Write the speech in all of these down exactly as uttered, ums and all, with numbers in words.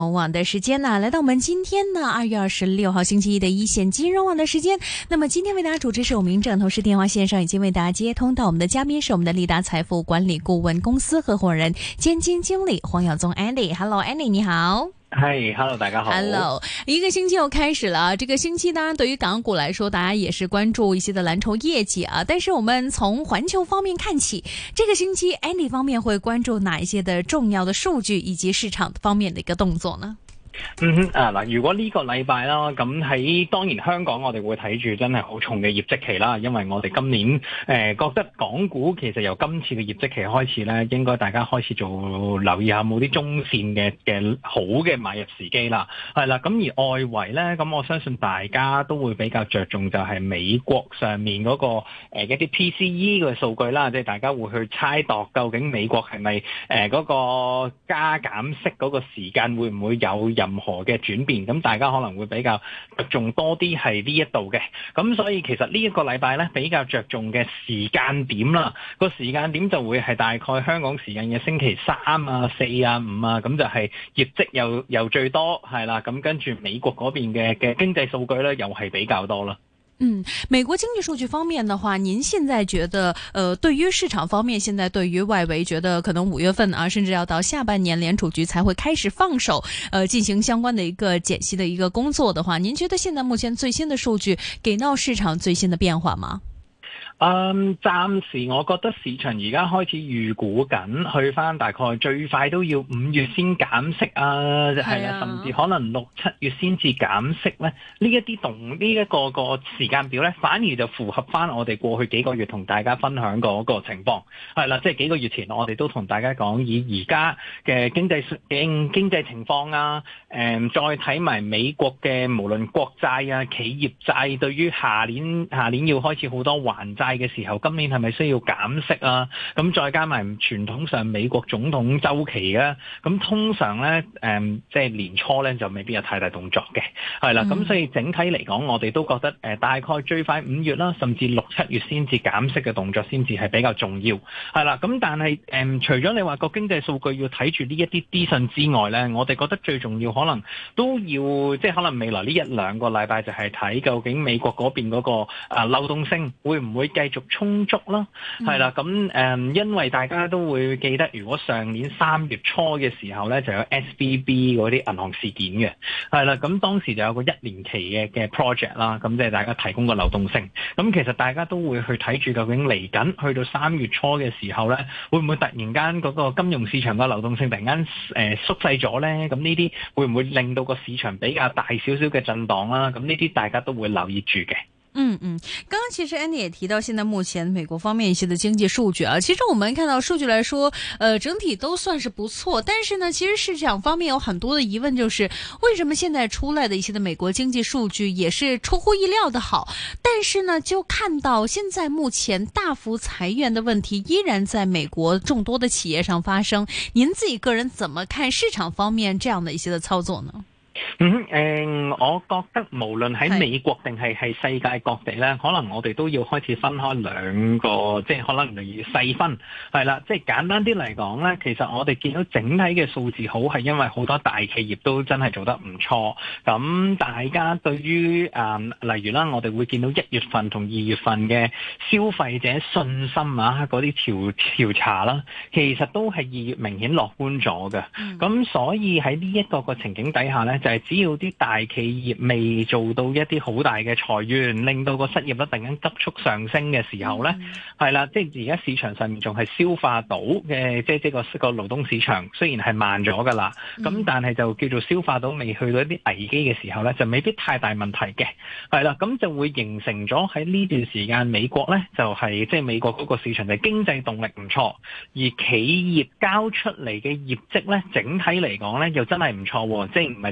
网的时间呢，来到我们今天呢二月二十六号星期一的一线金融网的时间。那么今天为大家主持是我明正，同时电话线上已经为大家接通到我们的嘉宾是我们的利达财富管理顾问公司合伙人兼基金经理黄耀宗 Andy。Hello Andy， 你好。 嗨 ，Hello， 大家好。 Hello， 一个星期又开始了啊！这个星期当然对于港股来说，大家也是关注一些的蓝筹业绩啊。但是我们从环球方面看起，这个星期 Andy 方面会关注哪一些的重要的数据以及市场方面的一个动作呢？ 嗯哼啊嗱，如果呢個禮拜啦，咁喺當然香港我哋會睇住真係好重嘅業績期啦，因為我哋今年誒、呃、覺得港股其實由今次嘅業績期開始咧，應該大家開始做留意下冇啲中線嘅嘅好嘅買入時機啦，係啦，咁而外圍咧，咁我相信大家都會比較着重就係美國上面嗰、那個誒、呃、一啲 P C E 嘅數據啦，即係大家會去猜度究竟美國係咪誒嗰個加減息嗰個時間會唔會有任何嘅轉變，咁大家可能會比較着重多啲係呢一度嘅，咁所以其實呢一個禮拜咧比較着重嘅時間點啦，個時間點就會係大概香港時間嘅星期三啊、四啊、五啊，咁就係業績又又最多係啦，咁跟住美國嗰邊嘅嘅經濟數據咧又係比較多啦。 嗯，美國經濟數據方面的話，您現在覺得，呃，對於市場方面，現在對於外圍覺得可能五月份啊，甚至要到下半年聯儲局才會開始放手，呃，進行相關的一個減息的一個工作的話，您覺得現在目前最新的數據給到市場最新的變化嗎？ 嗯，暫時我覺得市場而家開始預估緊，去翻大概最快都要五月先減息啊，係啦，甚至可能六七月先至減息咧。呢一啲動呢一個個時間表咧，反而就符合翻我哋過去幾個月同大家分享嗰個情況。係啦，即係幾個月前我哋都同大家講，以而家嘅經濟經經濟情況啊，誒、嗯，再睇埋美國嘅無論國債啊、企業債，對於下年下年要開始好多還債嘅時候，今年係咪需要減息啊？咁再加埋傳統上美國總統週期啊，咁通常咧誒，即係年初咧就未必有太大動作嘅，係啦。咁、嗯、所以整體嚟講，我哋都覺得誒、呃、大概最快五月啦，甚至六七月先至減息嘅動作先至係比較重要，係啦。咁但係誒、呃，除咗你話個經濟數據要睇住呢一啲資訊之外咧，我哋覺得最重要可能都要即係可能未來呢一兩個禮拜就係睇究竟美國嗰邊嗰、那個啊、呃、流動性會唔會繼續充足啦，係啦，咁誒、嗯，因為大家都會記得，如果上年三月初嘅時候咧，就有 S V B 嗰啲銀行事件嘅，係啦，咁當時就有個一年期嘅嘅 project 啦，咁即係大家提供個流動性，咁其實大家都會去睇住究竟嚟緊去到三月初嘅時候咧，會唔會突然間嗰個金融市場嘅流動性突然間誒、呃、縮細咗咧？咁呢啲會唔會令到個市場比較大少少嘅震盪啦？咁呢啲大家都會留意住嘅。 嗯嗯，剛剛其實 Andy 也提到，現在目前美國方面一些的經濟數據啊，其實我們看到數據來說，呃，整體都算是不錯。但是呢，其實市場方面有很多的疑問，就是為什麼現在出來的一些的美國經濟數據也是出乎意料的好，但是呢，就看到現在目前大幅裁員的問題依然在美國眾多的企業上發生。您自己個人怎麼看市場方面這樣的一些的操作呢？ 嗯，誒、呃，我覺得無論喺美國定係係世界各地咧，可能我哋都要開始分開兩個，即係可能例如細分，係啦，即係簡單啲嚟講咧，其實我哋見到整體嘅數字好係因為好多大企業都真係做得唔錯，咁大家對於誒、呃，例如啦，我哋會見到一月份同二月份嘅消費者信心啊，嗰啲調調查啦，其實都係二月明顯樂觀咗嘅，咁、嗯、所以喺呢一個個情景底下咧，就係、是只要啲大企業未做到一啲好大嘅裁員，令到個失業率突然間急速上升嘅時候咧，係啦、嗯，即係而家市場上面仲係消化到嘅，即係即係個個勞動市場雖然係慢咗噶啦，咁、嗯、但係就叫做消化到未去到一啲危機嘅時候咧，就未必太大問題嘅，係啦，咁就會形成咗喺呢段時間美國咧就係即係美國嗰個市場就經濟動力唔錯，而企業交出嚟嘅業績咧整體嚟講咧又真係唔錯，即係唔係淨係靠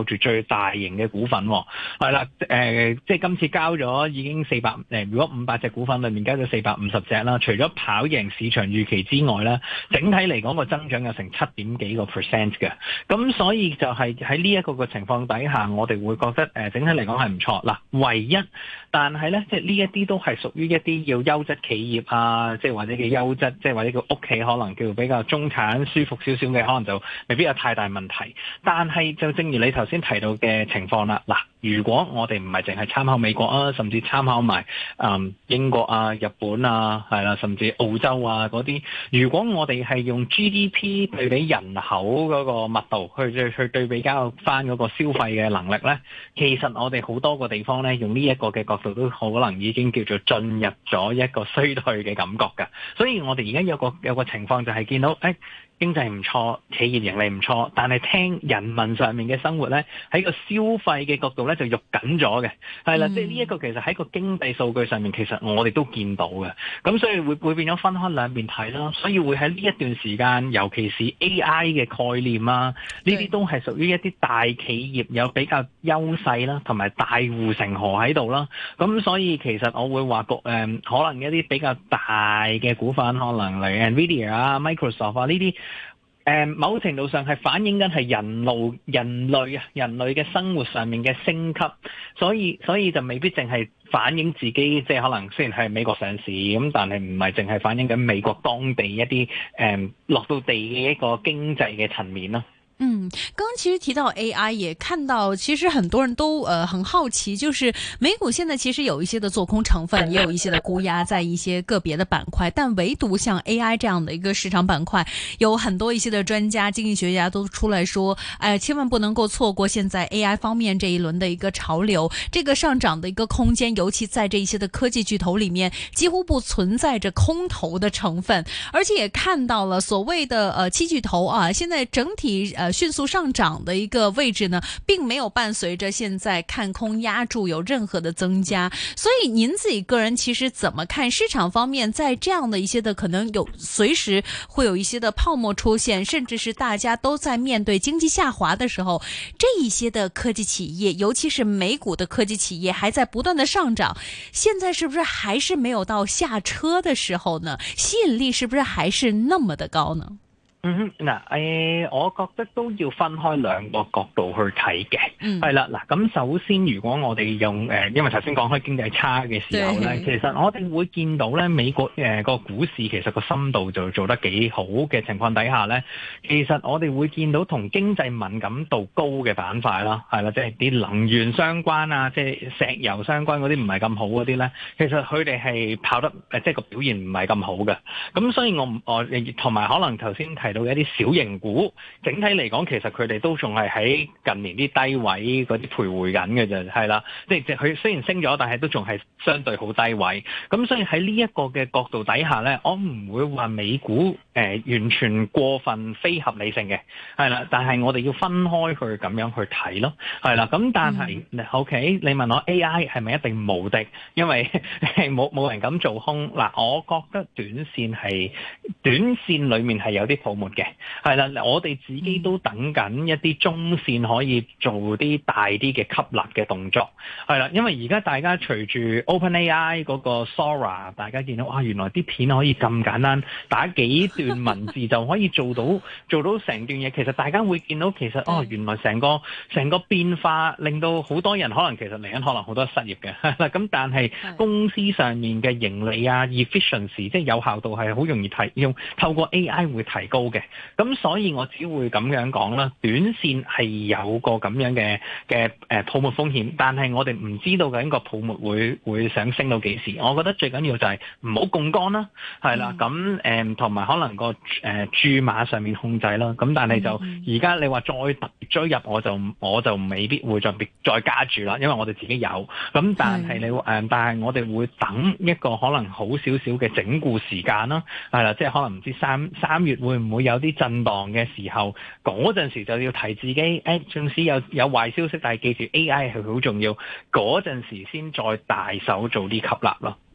住最大型嘅股份，係啦，誒、呃，即係今次交咗已經四百誒，如果五百隻股份裏面交咗四百五十隻啦，除咗跑贏市場預期之外咧，整體嚟講個增長有成七點幾個 percent 嘅，咁所以就係喺呢一個嘅情況底下，我哋會覺得誒、呃、整體嚟講係唔錯嗱，唯一但係咧，即係呢一啲都係屬於一啲要優質企業啊，即係或者叫優質，即係或者叫屋企可能叫比較中產舒服少少嘅，可能就未必有太大問題。但係就正如你頭先提到嘅情況啦，嗱，如果我哋唔係淨係參考美國啊，甚至參考埋嗯英國啊、日本啊，係啦，甚至澳洲啊嗰啲，如果我哋係用 G D P 對比人口嗰個密度去去去對比較翻嗰個消費嘅能力咧，其實我哋好多個地方咧，用呢一個嘅角度都可能已經叫做進入咗一個衰退嘅感覺㗎。所以我哋而家有個有個情況就係見到誒。哎經濟唔錯，企業盈利唔錯，但係聽人民上面嘅生活咧，喺個消費嘅角度咧就肉緊咗嘅，係啦，嗯、即係呢一個其實喺個經濟數據上面，其實我哋都見到嘅，咁所以會會變咗分開兩邊睇啦，所以會喺呢一段時間，尤其是 A I 嘅概念啊，呢啲都係屬於一啲大企業有比較優勢啦，同埋大護城河喺度啦，咁所以其實我會話個誒，可能一啲比較大嘅股份，可能例如 Nvidia 啊、Microsoft 啊呢啲。誒，某程度上係反映緊係人類人類啊，人類嘅生活上面嘅升級，所以所以就未必淨係反映自己，即係可能雖然係美國上市咁，但係唔係淨係反映緊美國當地一啲誒、嗯、落到地嘅一個經濟嘅層面咯。 嗯，剛剛其實提到 A I， 也看到其實很多人都呃很好奇，就是美股現在其實有一些的做空成分，也有一些的沽壓在一些個別的板塊，但唯獨像 A I 這樣的一個市場板塊，有很多一些的專家、經濟學家都出來說，哎、呃，千萬不能夠錯過現在 A I 方面這一輪的一個潮流，這個上漲的一個空間，尤其在這一些的科技巨頭裏面，幾乎不存在着空頭的成分，而且也看到了所謂的呃七巨頭啊，現在整體呃。迅速上漲的一個位置呢，並沒有伴隨着現在看空壓住有任何的增加，所以您自己個人其實怎麼看市場方面，在這樣的一些的可能有隨時會有一些的泡沫出現，甚至是大家都在面對經濟下滑的時候，這一些的科技企業，尤其是美股的科技企業還在不斷的上漲，現在是不是還是沒有到下車的時候呢？吸引力是不是還是那麼的高呢？ 嗯哼，嗱，誒，我覺得都要分開兩個角度去睇嘅，係啦、嗯，嗱，咁首先，如果我哋用誒，因為頭先講開經濟差嘅時候咧，其實我哋會見到咧，美國誒個股市其實個深度就做得幾好嘅情況底下咧，其實我哋會見到同經濟敏感度高嘅板塊啦，係啦，即係啲能源相關啊，即係石油相關嗰啲唔係咁好嗰啲咧，其實佢哋係跑得誒，即係個表現唔係咁好嘅，咁所以我我同埋可能頭先提到嘅一啲小型股，整體嚟講，其實佢哋都仲係喺近年啲低位嗰啲徘徊緊嘅啫，係啦，即係佢雖然升咗，但係都仲係相對好低位。咁所以喺呢一個嘅角度底下咧，我唔會話美股誒、呃、完全過分非合理性嘅，係啦，但係我哋要分開去咁樣去睇咯，係啦。咁但係、嗯、OK，你問我 A I 係咪一定無敵？因為冇冇人敢做空嗱，我覺得短線係短線裡面係有啲泡沫嘅，係啦，我哋自己都等緊一啲中線可以做啲大啲嘅吸納嘅動作，係啦，因為而家大家隨住 OpenAI 嗰個 Sora， 大家見到哇，原來啲片可以咁簡單，打幾段文字就可以做到做到成段嘢，其實大家會見到其實哦，原來成個成個變化令到好多人可能其實嚟緊可能好多失業嘅，係啦，咁但係公司上面嘅盈利啊 efficiency 即係有效度係好容易提用透過 A I 會提高嘅，咁所以我只會咁樣講啦。短線係有個咁樣嘅嘅誒泡沫風險，但係我哋唔知道究竟個泡沫會會想升到幾時。我覺得最緊要就係唔好槓桿啦，係啦，咁誒同埋可能個誒、呃、注碼上面控制啦。咁但係就而家你話再特別追入，我就我就未必會再別再加注啦，因為我哋自己有。咁但係你誒、呃，但係我哋會等一個可能好少少嘅整固時間啦，係啦，即係可能唔知三三月會唔會有啲震盪嘅時候，嗰陣時就要提自己，誒，縱使有有壞消息，但係記住 A I 係好重要，嗰陣時先再大手做啲吸納咯。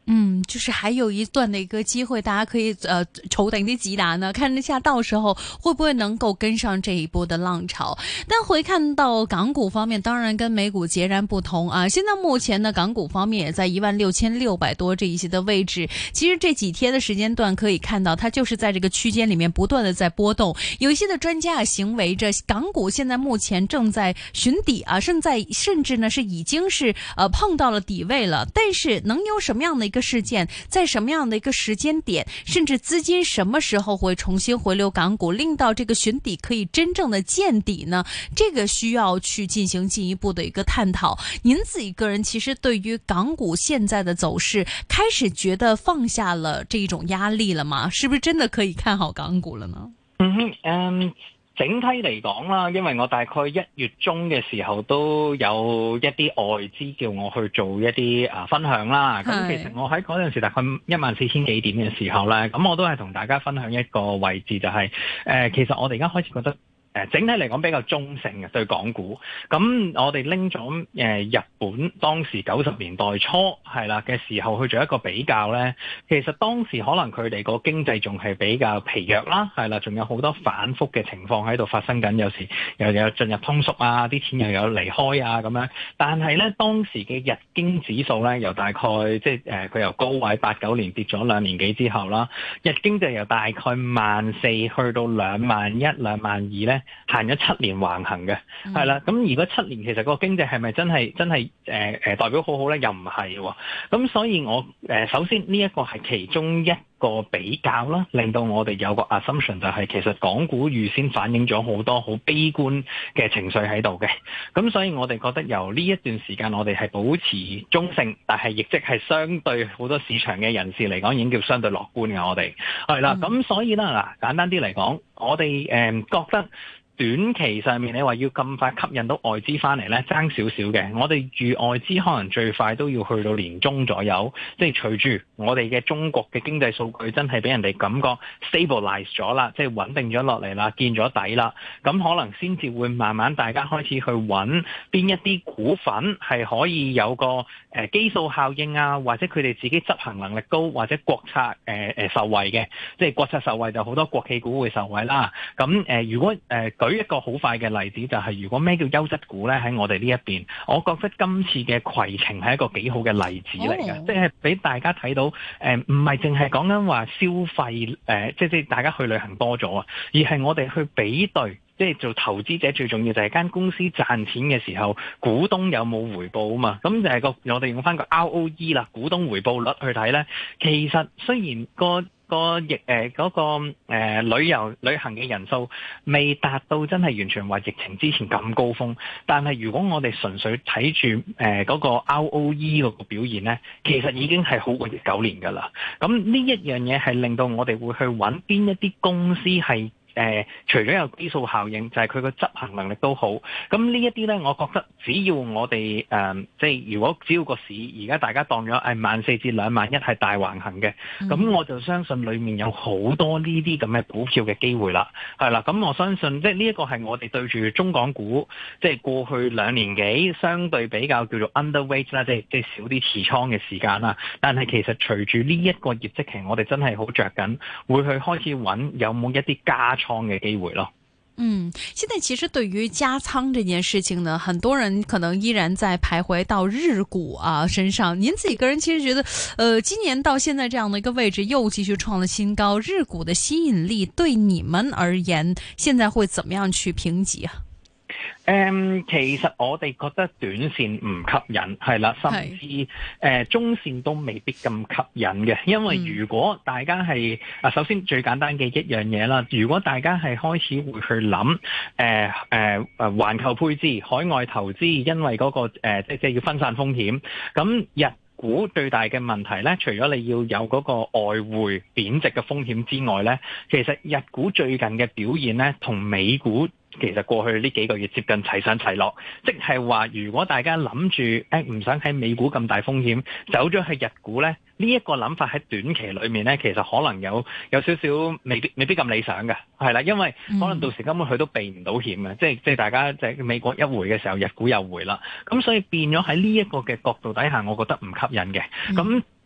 嗯，就是還有一段的一個機會，大家可以呃儲定啲子彈呢，看一下到時候會不會能夠跟上這一波的浪潮。但回看到港股方面，當然跟美股截然不同啊。現在目前呢，港股方面也在一萬六千六百多這一些的位置。其實這幾天的時間段可以看到，它就是在這個區間裡面不斷的在波動。有一些的專家啊，行為着港股現在目前正在尋底啊，正在甚至呢是已經是呃碰到了底位了。但是能有什麼樣的一個事件，在什麼樣的一個時間點，甚至資金什麼時候會重新回流港股，令到這個尋底可以真正的見底呢？這個需要去進行進一步的一個探討。您自己個人其實對於港股現在的走勢，開始覺得放下了這種壓力了嗎？是不是真的可以看好港股了呢？ 嗯哼，嗯。整體嚟講啦，因為我大概一月中嘅時候都有一啲外資叫我去做一啲啊分享啦。咁其實我喺嗰陣時大概一萬四千幾點嘅時候咧，咁我都係同大家分享一個位置，就係、是、誒、呃，其實我哋而家開始覺得。誒整體嚟講比較中性嘅對港股，咁我哋拎咗誒日本當時九十年代初係啦嘅時候去做一個比較咧，其實當時可能佢哋個經濟仲係比較疲弱啦，係啦，仲有好多反覆嘅情況喺度發生緊，有時又有進入通縮啊，啲錢又有離開啊咁樣，但係咧當時嘅日經指數咧，由大概即係誒佢由高位八九年跌咗兩年幾之後啦，日經就由大概萬四去到兩萬一、兩萬二咧。行咗七年橫行嘅，係啦、嗯。咁如果七年其實個經濟係咪真係真係誒誒代表好好咧？又唔係喎。咁所以我誒、呃、首先呢一個係其中一個比較啦，令到我哋有個 assumption 就係其實港股預先反映咗好多好悲觀嘅情緒喺度嘅。咁所以我哋覺得由呢一段時間我哋係保持中性，但係亦即係相對好多市場嘅人士嚟講已經叫相對樂觀嘅。我哋係啦。咁、嗯、所以啦嗱，簡單啲嚟講，我哋誒、呃、覺得。短期上面你話要咁快吸引到外資翻嚟咧，爭少少嘅。我哋預外資可能最快都要去到年中左右，即係隨住我哋嘅中國嘅經濟數據真係俾人哋感覺 stabilize 咗啦，即係穩定咗落嚟啦，見咗底啦，咁可能先至會慢慢大家開始去揾邊一啲股份係可以有個誒基數效應啊，或者佢哋自己執行能力高，或者國策誒、呃、受惠嘅，即係國策受惠就好多國企股會受惠啦。咁誒、呃、如果誒、呃舉一個好快嘅例子就係、是，如果咩叫優質股咧？喺我哋呢一邊，我覺得今次嘅攜程係一個幾好嘅例子嚟嘅，oh. 即係俾大家睇到，誒唔係淨係講緊話消費，誒、呃、即係即係大家去旅行多咗啊，而係我哋去比對，即係做投資者最重要就係間公司賺錢嘅時候，股東有冇回報啊嘛？咁就係個我哋用翻個 R O E 啦，股東回報率去睇咧，其實雖然個個疫誒嗰個、呃、旅遊旅行嘅人數未達到真係完全話疫情之前咁高峰，但係如果我哋純粹睇住誒嗰個 R O E 嗰個表現咧，其實已經係好過一九年㗎啦。咁呢一樣嘢係令到我哋會去揾邊一啲公司係。誒、呃，除咗有基數效應，就係佢個執行能力都好。咁呢一啲呢，我覺得只要我哋誒、呃，即係如果只要個市而家大家當咗係萬四至兩萬一係大橫行嘅，咁、嗯、我就相信裡面有好多呢啲咁嘅股票嘅機會啦。係啦，咁我相信即係呢一個係我哋對住中港股，即係過去兩年幾相對比較叫做 underweight 啦，即係即係少啲持倉嘅時間啦。但係其實隨住呢一個業績期，我哋真係好着緊，會去開始揾有冇一啲加倉嘅機會咯。 嗯，現在其實對於加倉這件事情呢，很多人可能依然在徘徊到日股啊身上。您自己個人其實覺得，呃，今年到現在這樣的一個位置又繼續創了新高，日股的吸引力對你們而言，現在會怎麼樣去評級啊？ 誒、嗯，其實我哋覺得短線唔吸引，係啦，甚至誒、呃、中線都未必咁吸引嘅，因為如果大家係啊，首先最簡單嘅一樣嘢啦，如果大家係開始會去諗誒誒誒環球配置、海外投資，因為嗰、那個誒、呃、即係要分散風險，咁日股最大嘅問題咧，除咗你要有嗰個外匯貶值嘅風險之外咧，其實日股最近嘅表現咧，同美股其實過去呢幾個月接近齊上齊落，即係話如果大家諗住誒唔想喺美股咁大風險，走咗去日股咧，呢、這、一個諗法喺短期裏面咧，其實可能有有少少未必未必咁理想嘅，係啦，因為可能到時根本佢都避唔到險嘅，即係即係大家即係美國一回嘅時候，日股又回啦，咁所以變咗喺呢一個嘅角度底下，我覺得唔吸引嘅，咁。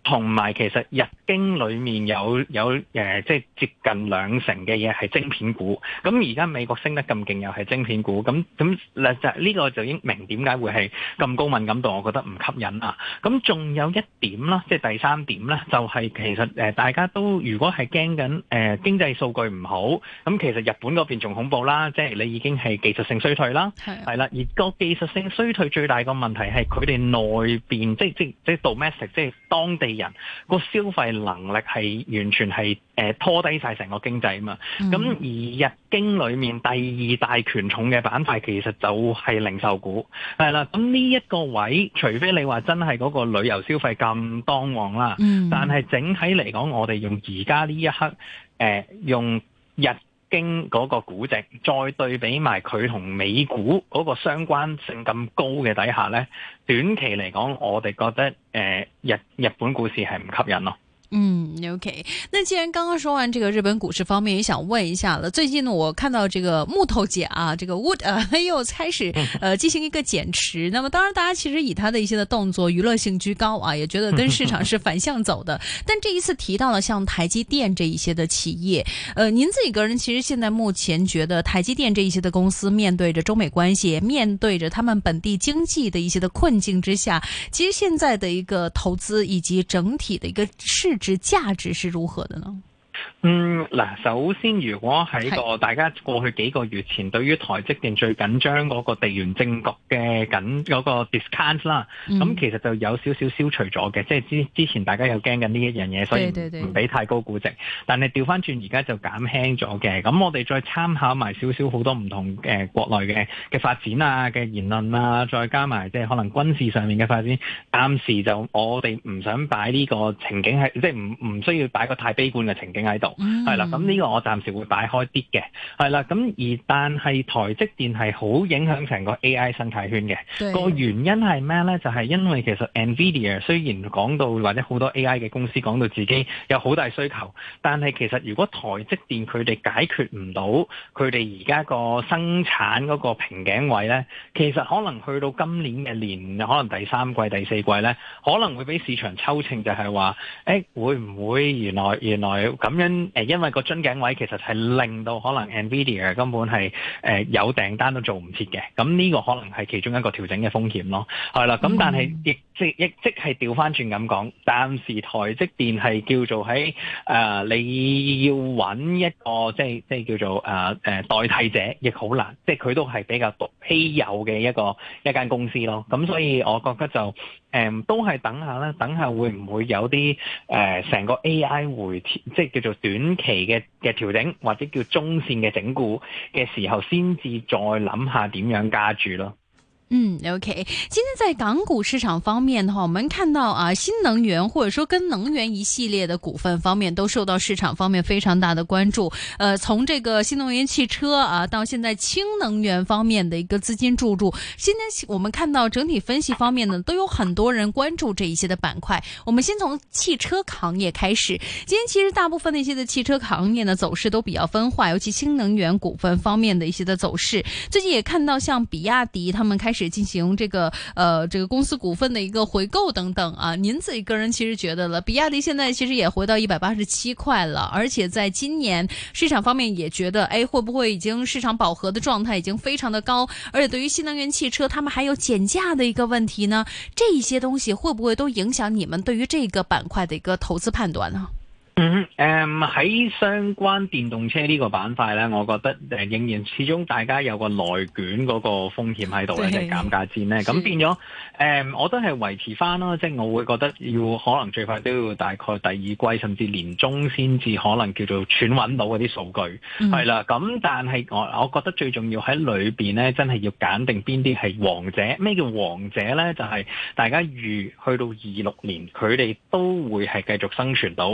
同埋其實日經裡面有有誒、呃、即係接近兩成嘅嘢係晶片股，咁而家美國升得咁勁又係晶片股，咁咁嗱就呢個就已經明點解會係咁高敏感度，我覺得唔吸引啊。咁仲有一點啦，即係第三點咧，就係、是、其實誒、呃、大家都如果係驚緊誒經濟數據唔好，咁其實日本嗰邊仲恐怖啦，即係你已經係技術性衰退啦，係啦，而個技術性衰退最大個問題係佢哋內邊即係即係即係 domestic 即係當地人個消費能力係完全係誒、呃、拖低晒成個經濟啊嘛，咁、嗯、而日經裡面第二大權重嘅板塊其實就係零售股，係啦，咁呢一個位，除非你話真係嗰個旅遊消費咁當旺啦，嗯、但係整體嚟講，我哋用而家呢一刻誒、呃、用日經嗰個估值，再對比埋佢同美股嗰個相關性咁高嘅底下咧，短期嚟講，我哋覺得誒、呃、日日本股市係唔吸引咯。 嗯 ，OK。那既然剛剛說完這個日本股市方面，也想問一下了。最近呢，我看到這個木頭姐啊，這個 Wood 啊，又開始呃進行一個減持。那麼當然，大家其實以他的一些的動作，娛樂性居高啊，也覺得跟市場是反向走的。但這一次提到了像台積電這一些的企業，呃，您自己個人其實現在目前覺得台積電這一些的公司面對着中美關係，面對着他們本地經濟的一些的困境之下，其實現在的一個投資以及整體的一個市值價值是如何的呢？ 嗯，嗱，首先如果喺個大家過去幾個月前對於台積電最緊張嗰個地緣政局嘅緊嗰個 discount 啦，咁、嗯、其實就有少少消除咗嘅，即係之之前大家有驚緊呢一樣嘢，所以唔俾太高估值。但係調翻轉而家就減輕咗嘅。咁我哋再參考埋少少好多唔同嘅、呃、國內嘅嘅發展啊嘅言論啊，再加埋即係可能軍事上面嘅發展，暫時就我哋唔想擺呢個情景係，即係唔唔需要擺個太悲觀嘅情景喺度。係啦，咁呢、嗯、個我暫時會擺開啲嘅，係啦，咁而但係台積電係好影響成個 A I 生態圈嘅，個原因係咩呢？就係、是、因為其實 NVIDIA 雖然講到或者好多 A I 嘅公司講到自己有好大需求，但係其實如果台積電佢哋解決唔到佢哋而家個生產嗰個瓶頸位呢，其實可能去到今年嘅年，可能第三季、第四季呢，可能會俾市場抽秤，就係話，誒會唔會原來原來咁樣？誒，因為個樽頸位其實係令到可能 NVIDIA 根本係誒、呃、有訂單都做唔切嘅，咁呢個可能係其中一個調整嘅風險咯，係啦，咁但係亦即亦即係調翻轉咁講，暫時台積電係叫做喺誒、呃、你要揾一個即係即係叫做誒誒、呃、代替者，亦好難，即係佢都係比較獨稀有嘅一個一間公司咯，咁所以我覺得就誒、呃、都係等下啦，等下會唔會有啲誒成個 A I 回調，即係叫做短期嘅嘅調整，或者叫中線嘅整固嘅時候，先至再諗下點樣加注咯。 嗯 ，OK。今天在港股市場方面的話，我們看到啊，新能源或者說跟能源一系列的股份方面都受到市場方面非常大的關注。呃，從這個新能源汽車啊，到現在氫能源方面的一個資金注入，現在我們看到整體分析方面呢，都有很多人關注這一些的板塊。我們先從汽車行業開始。今天其實大部分的一些的汽車行業呢，走勢都比較分化，尤其新能源股份方面的一些的走勢。最近也看到像比亞迪他們開始進行這個呃這個公司股份的一個回購等等啊，您自己個人其實覺得了，比亞迪現在其實也回到一百八十七塊了，而且在今年市場方面也覺得，哎，會不會已經市場飽和的狀態已經非常的高，而且對於新能源汽車，他們還有減價的一個問題呢？這一些東西會不會都影響你們對於這個板塊的一個投資判斷呢？ 嗯，誒喺相關電動車呢個板塊咧，我覺得誒仍然始終大家有個內卷嗰個風險喺度咧，即係減價戰咧，咁變咗誒、嗯，我都係維持翻咯，即係我會覺得要可能最快都要大概第二季甚至年中先至可能叫做喘穩到嗰啲數據，係啦、嗯，咁但係我我覺得最重要喺裏邊咧，真係要揀定邊啲係王者。咩叫王者咧？就係、是、大家預去到二六年，佢哋都會係繼續生存到，甚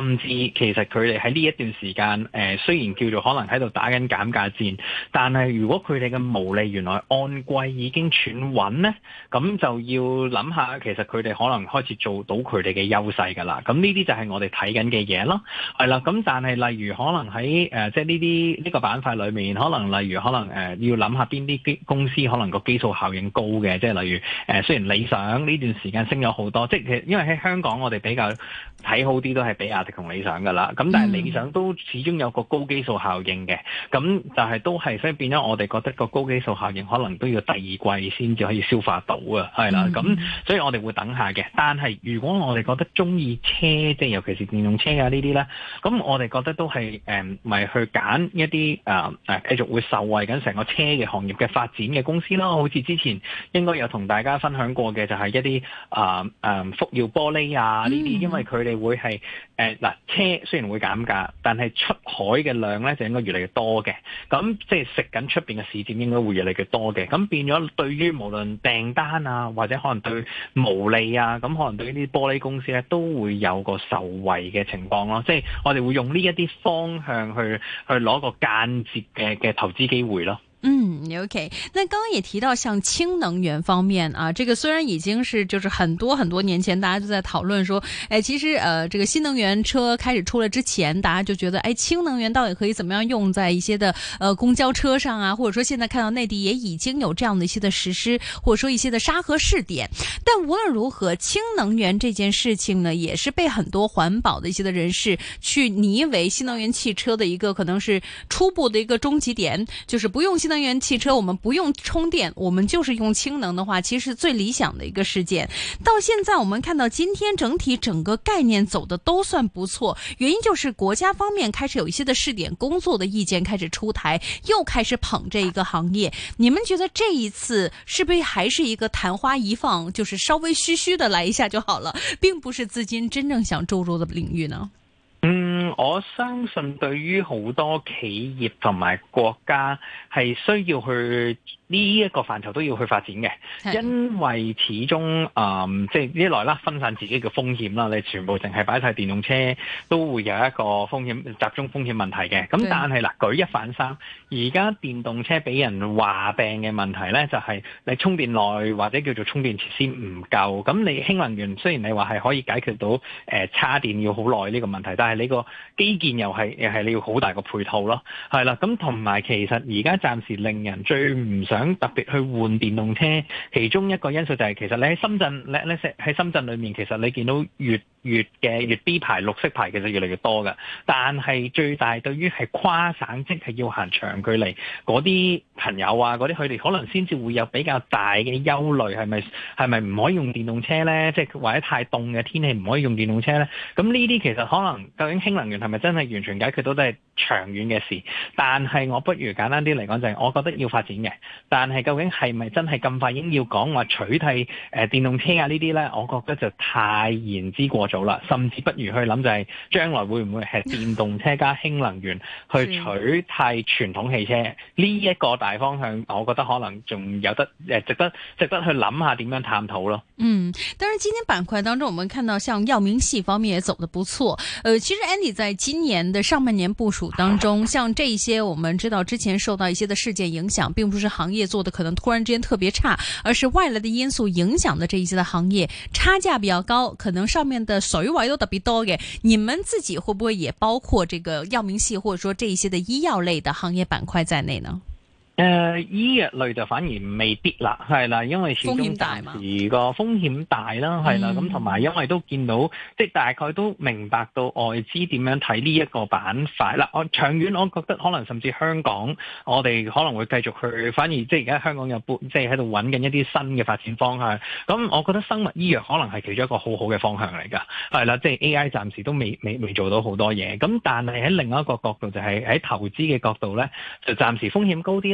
甚至其實佢哋喺呢一段時間誒、呃，雖然叫做可能喺度打緊減價戰，但係如果佢哋嘅毛利原來按季已經喘穩咧，咁就要諗下，其實佢哋可能開始做到佢哋嘅優勢㗎啦。咁呢啲就係我哋睇緊嘅嘢咯，係啦。咁但係例如可能喺誒、呃，即係呢啲呢個板塊裏面，可能例如可能誒、呃、要諗下邊啲公司可能個基數效應高嘅，即係例如誒、呃，雖然理想呢段時間升咗好多，即係其實因為喺香港我哋比較睇好啲都係比亞迪同理想㗎啦。咁但係理想都始終有個高基數效應嘅，咁但係都係所以變咗我哋覺得個高基數效應可能都要第二季先至可以消化到啊，係啦。咁、嗯、所以我哋會等下嘅。但係如果我哋覺得中意車，即係尤其是電動車啊呢啲咧，咁我哋覺得都係誒咪去揀一啲誒誒繼續會受惠緊成個車嘅行業嘅發展嘅公司咯。好似之前應該有同大家分享過嘅就係一啲誒誒福耀玻璃啊呢啲，因為佢哋會係誒嗱車雖然會減價，但係出海嘅量咧就應該越嚟越多嘅。咁即係食緊出邊嘅市佔應該會越嚟越多嘅。咁變咗對於無論訂單啊或者可能對毛利啊，咁可能對呢啲玻璃公司咧都會有個受惠嘅情況咯。即係我哋會用呢一啲方向去去攞個間接嘅嘅投資機會咯。 嗯 ，OK。那剛剛也提到像氫能源方面啊，這個雖然已經是就是很多很多年前大家都在討論說，哎，其實呃這個新能源車開始出來之前，大家就覺得，哎，氫能源到底可以怎麼樣用在一些的呃公交車上啊，或者說現在看到內地也已經有這樣的一些的實施，或者說一些的沙盒試點。但無論如何，氫能源這件事情呢，也是被很多環保的一些的人士去擬為新能源汽車的一個可能是初步的一個終極點，就是不用新能源能源汽車我們不用充電，我們就是用氫能的話，其實是最理想的一個事件。到現在我們看到今天整體整個概念走的都算不錯，原因就是國家方面開始有一些的試點工作的意見開始出台，又開始捧這一個行業。你們覺得這一次是不是還是一個曇花一放，就是稍微虛虛的來一下就好了，並不是資金真正想注入的領域呢？ 嗯，我相信對於好多企業同埋國家係需要去呢一個範疇都要去發展嘅，因為始終誒即係一來啦，分散自己嘅風險啦，你全部淨係擺晒電動車都會有一個風險集中風險問題嘅。咁但係嗱，舉一反三，而家電動車俾人話病嘅問題咧，就係你充電內或者叫做充電設施唔夠。咁你氫能源雖然你話係可以解決到誒叉電要好耐呢個問題，但係你個基建又係又係你要好大個配套咯，係啦。咁同埋其實而家暫時令人最唔想特別去換電動車，其中一個因素就係其實你喺深圳，你你喺深圳裏面，其實你見到粵粵嘅粵 B 牌綠色牌其實越嚟越多㗎，但係最大對於係跨省即係要行長距離嗰啲朋友啊，嗰啲佢哋可能先至會有比較大嘅憂慮，係咪係咪唔可以用電動車咧？即係或者太凍嘅天氣唔可以用電動車咧？咁呢啲其實可能究竟氫能源係咪真係完全解決到都係長遠嘅事？但係我不如簡單啲嚟講就係，我覺得要發展嘅。但係究竟係咪真係咁快已經要講話取替誒、呃、電動車啊呢啲咧？我覺得就太言之過早啦，甚至不如去諗就係將來會唔會係電動車加氫能源去取替傳統汽車呢一、這個大方向，我覺得可能仲有得誒值得值得去諗下點樣探討咯。 嗯，當然今天板塊當中，我們看到像藥明系方面也走得不錯。呃，其實 Andy 在今年的上半年部署當中，像這一些我們知道之前受到一些的事件影響，並不是行業做的可能突然之間特別差，而是外來的因素影響的這一些的行業差價比較高，可能上面的水位都特別多嘅。你們自己會不會也包括這個藥明系，或者說這一些的醫藥類的行業板塊在內呢？ 誒、呃、醫藥類就反而未必啦，係啦，因為始終暫時個風險大啦，係啦，咁同埋因為都見到，即係大概都明白到外資點樣睇呢一個板塊啦。我長遠我覺得可能甚至香港，我哋可能會繼續去，反而即係而家香港有即係喺度揾緊一啲新嘅發展方向。咁我覺得生物醫藥可能係其中一個好好嘅方向嚟㗎，係啦，即係 A I 暫時都未未未做到好多嘢。咁但係喺另一個角度就係喺投資嘅角度咧，就暫時風險高啲啦。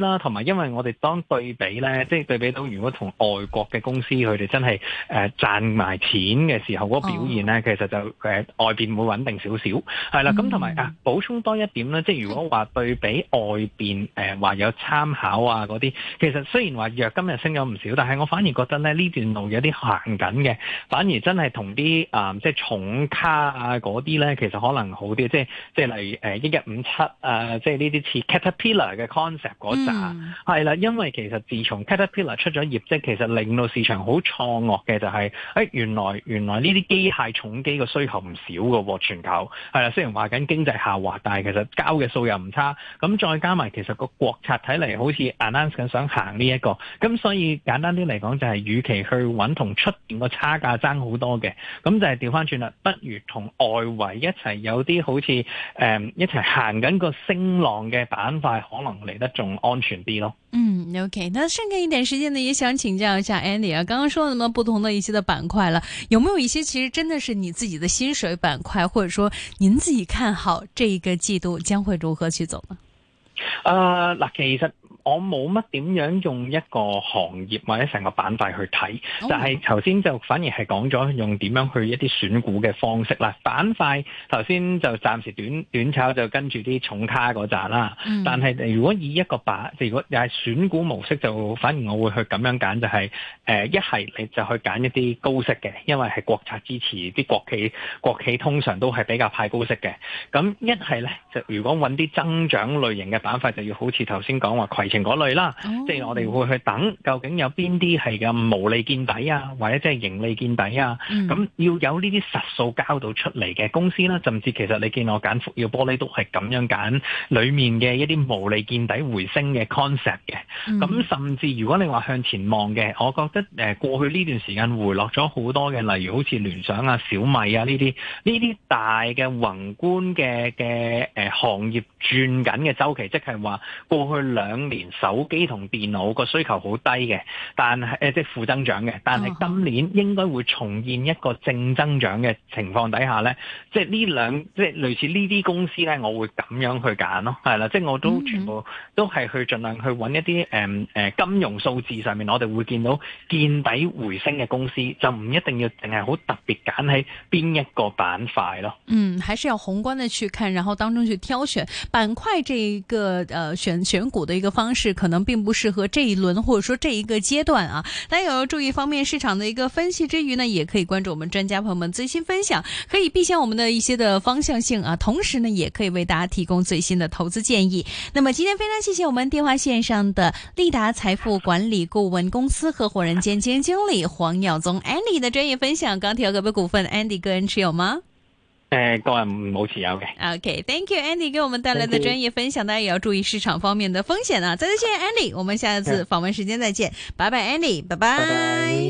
啦，同埋因為我哋當對比咧，即係對比到如果同外國嘅公司佢哋真係誒賺埋錢嘅時候嗰個表現咧，哦、其實就誒、呃、外邊會穩定少少，係啦。咁同埋啊，補充多一點咧，即係如果話對比外邊誒話有參考啊嗰啲，其實雖然話藥今日升咗唔少，但係我反而覺得咧呢段路有啲行緊嘅，反而真係同啲啊即係重卡啊嗰啲咧，其實可能好啲，即係即係例如誒一一五七啊，即係呢啲似 Caterpillar 嘅 concept 嗰扎，係啦、嗯，因為其實自從 Caterpillar 出咗業績，其實令到市場好錯愕嘅就係、是，誒、哎、原來原來呢啲機械重機嘅需求唔少㗎喎，全球係啦，雖然話緊經濟下滑，但係其實交嘅數又唔差，咁再加埋其實個國策睇嚟好似 announce 緊想行呢、這、一個，咁所以簡單啲嚟講就係、是，與其去揾同出邊個差價爭好多嘅，咁就係調翻轉啦，不如同外圍一齊有啲好似誒、嗯、一齊行緊個升浪嘅板塊，可能嚟得仲安全啲咯。 嗯 ，OK， 那剩下一點時間呢，也想請教一下 Andy 啊，剛剛說了那麼不同的一些的板塊了，有沒有一些其實真的是你自己的薪水板塊，或者說您自己看好這一個季度將會如何去走呢？ 誒，嗱，其實我冇乜點樣用一個行業或者成個板塊去睇，但係頭先就反而係講咗用點樣去一啲選股嘅方式啦。板塊頭先就暫時短短炒就跟住啲重卡嗰扎啦，嗯、但係如果以一個板，如果又係選股模式，就反而我會去咁樣揀，就係誒一係你就去揀一啲高息嘅，因為係國策支持，啲國企國企通常都係比較派高息嘅。咁一係咧就如果揾啲增長類型嘅板塊，就要好似頭先講話攜程嗰類啦，哦、即係我哋會去等究竟有邊啲係嘅毛利見底啊，或者即係盈利見底啊，咁、嗯、要有呢啲實數交到出嚟嘅公司啦，甚至其實你見我揀福耀玻璃都係咁樣揀，裡面嘅一啲毛利見底回升嘅 concept 嘅，咁、嗯、甚至如果你話向前望嘅，我覺得誒過去呢段時間回落咗好多嘅，例如好似聯想啊、小米啊呢啲呢啲大嘅宏觀嘅嘅誒行業轉緊嘅週期，即係話過去兩年手機同電腦個需求好低嘅，但係誒即係負增長嘅，但係今年應該會重現一個正增長嘅情況底下咧，即係呢兩即係類似呢啲公司咧，我會咁樣去揀咯，係啦，即係我都全部都係去盡量去揾一啲誒誒金融數字上面，我哋會見到見底回升嘅公司，就唔一定要淨係好特別揀喺邊一個板塊咯。 嗯，還是要宏觀的去看，然後當中去挑選板塊這一個呃選選股的一個方式，可能並不適合這一輪或者說這一個階段啊。大家也要注意方面市場的一個分析之餘呢，也可以關注我們專家朋友們最新分享，可以避險我們的一些的方向性啊。同時呢，也可以為大家提供最新的投資建議。那麼今天非常謝謝我們電話線上的利達財富管理顧問公司合夥人兼基金經理黃耀宗 Andy 的專業分享。鋼鐵股股份 Andy 個人持有嗎？ 誒，個人冇持有嘅。 OK，Thank you Andy 給我們帶來的專業分享，大家也要注意市場方面的風險啊！再次謝謝 Andy，我們下次訪問時間再見，拜拜 Andy，拜拜。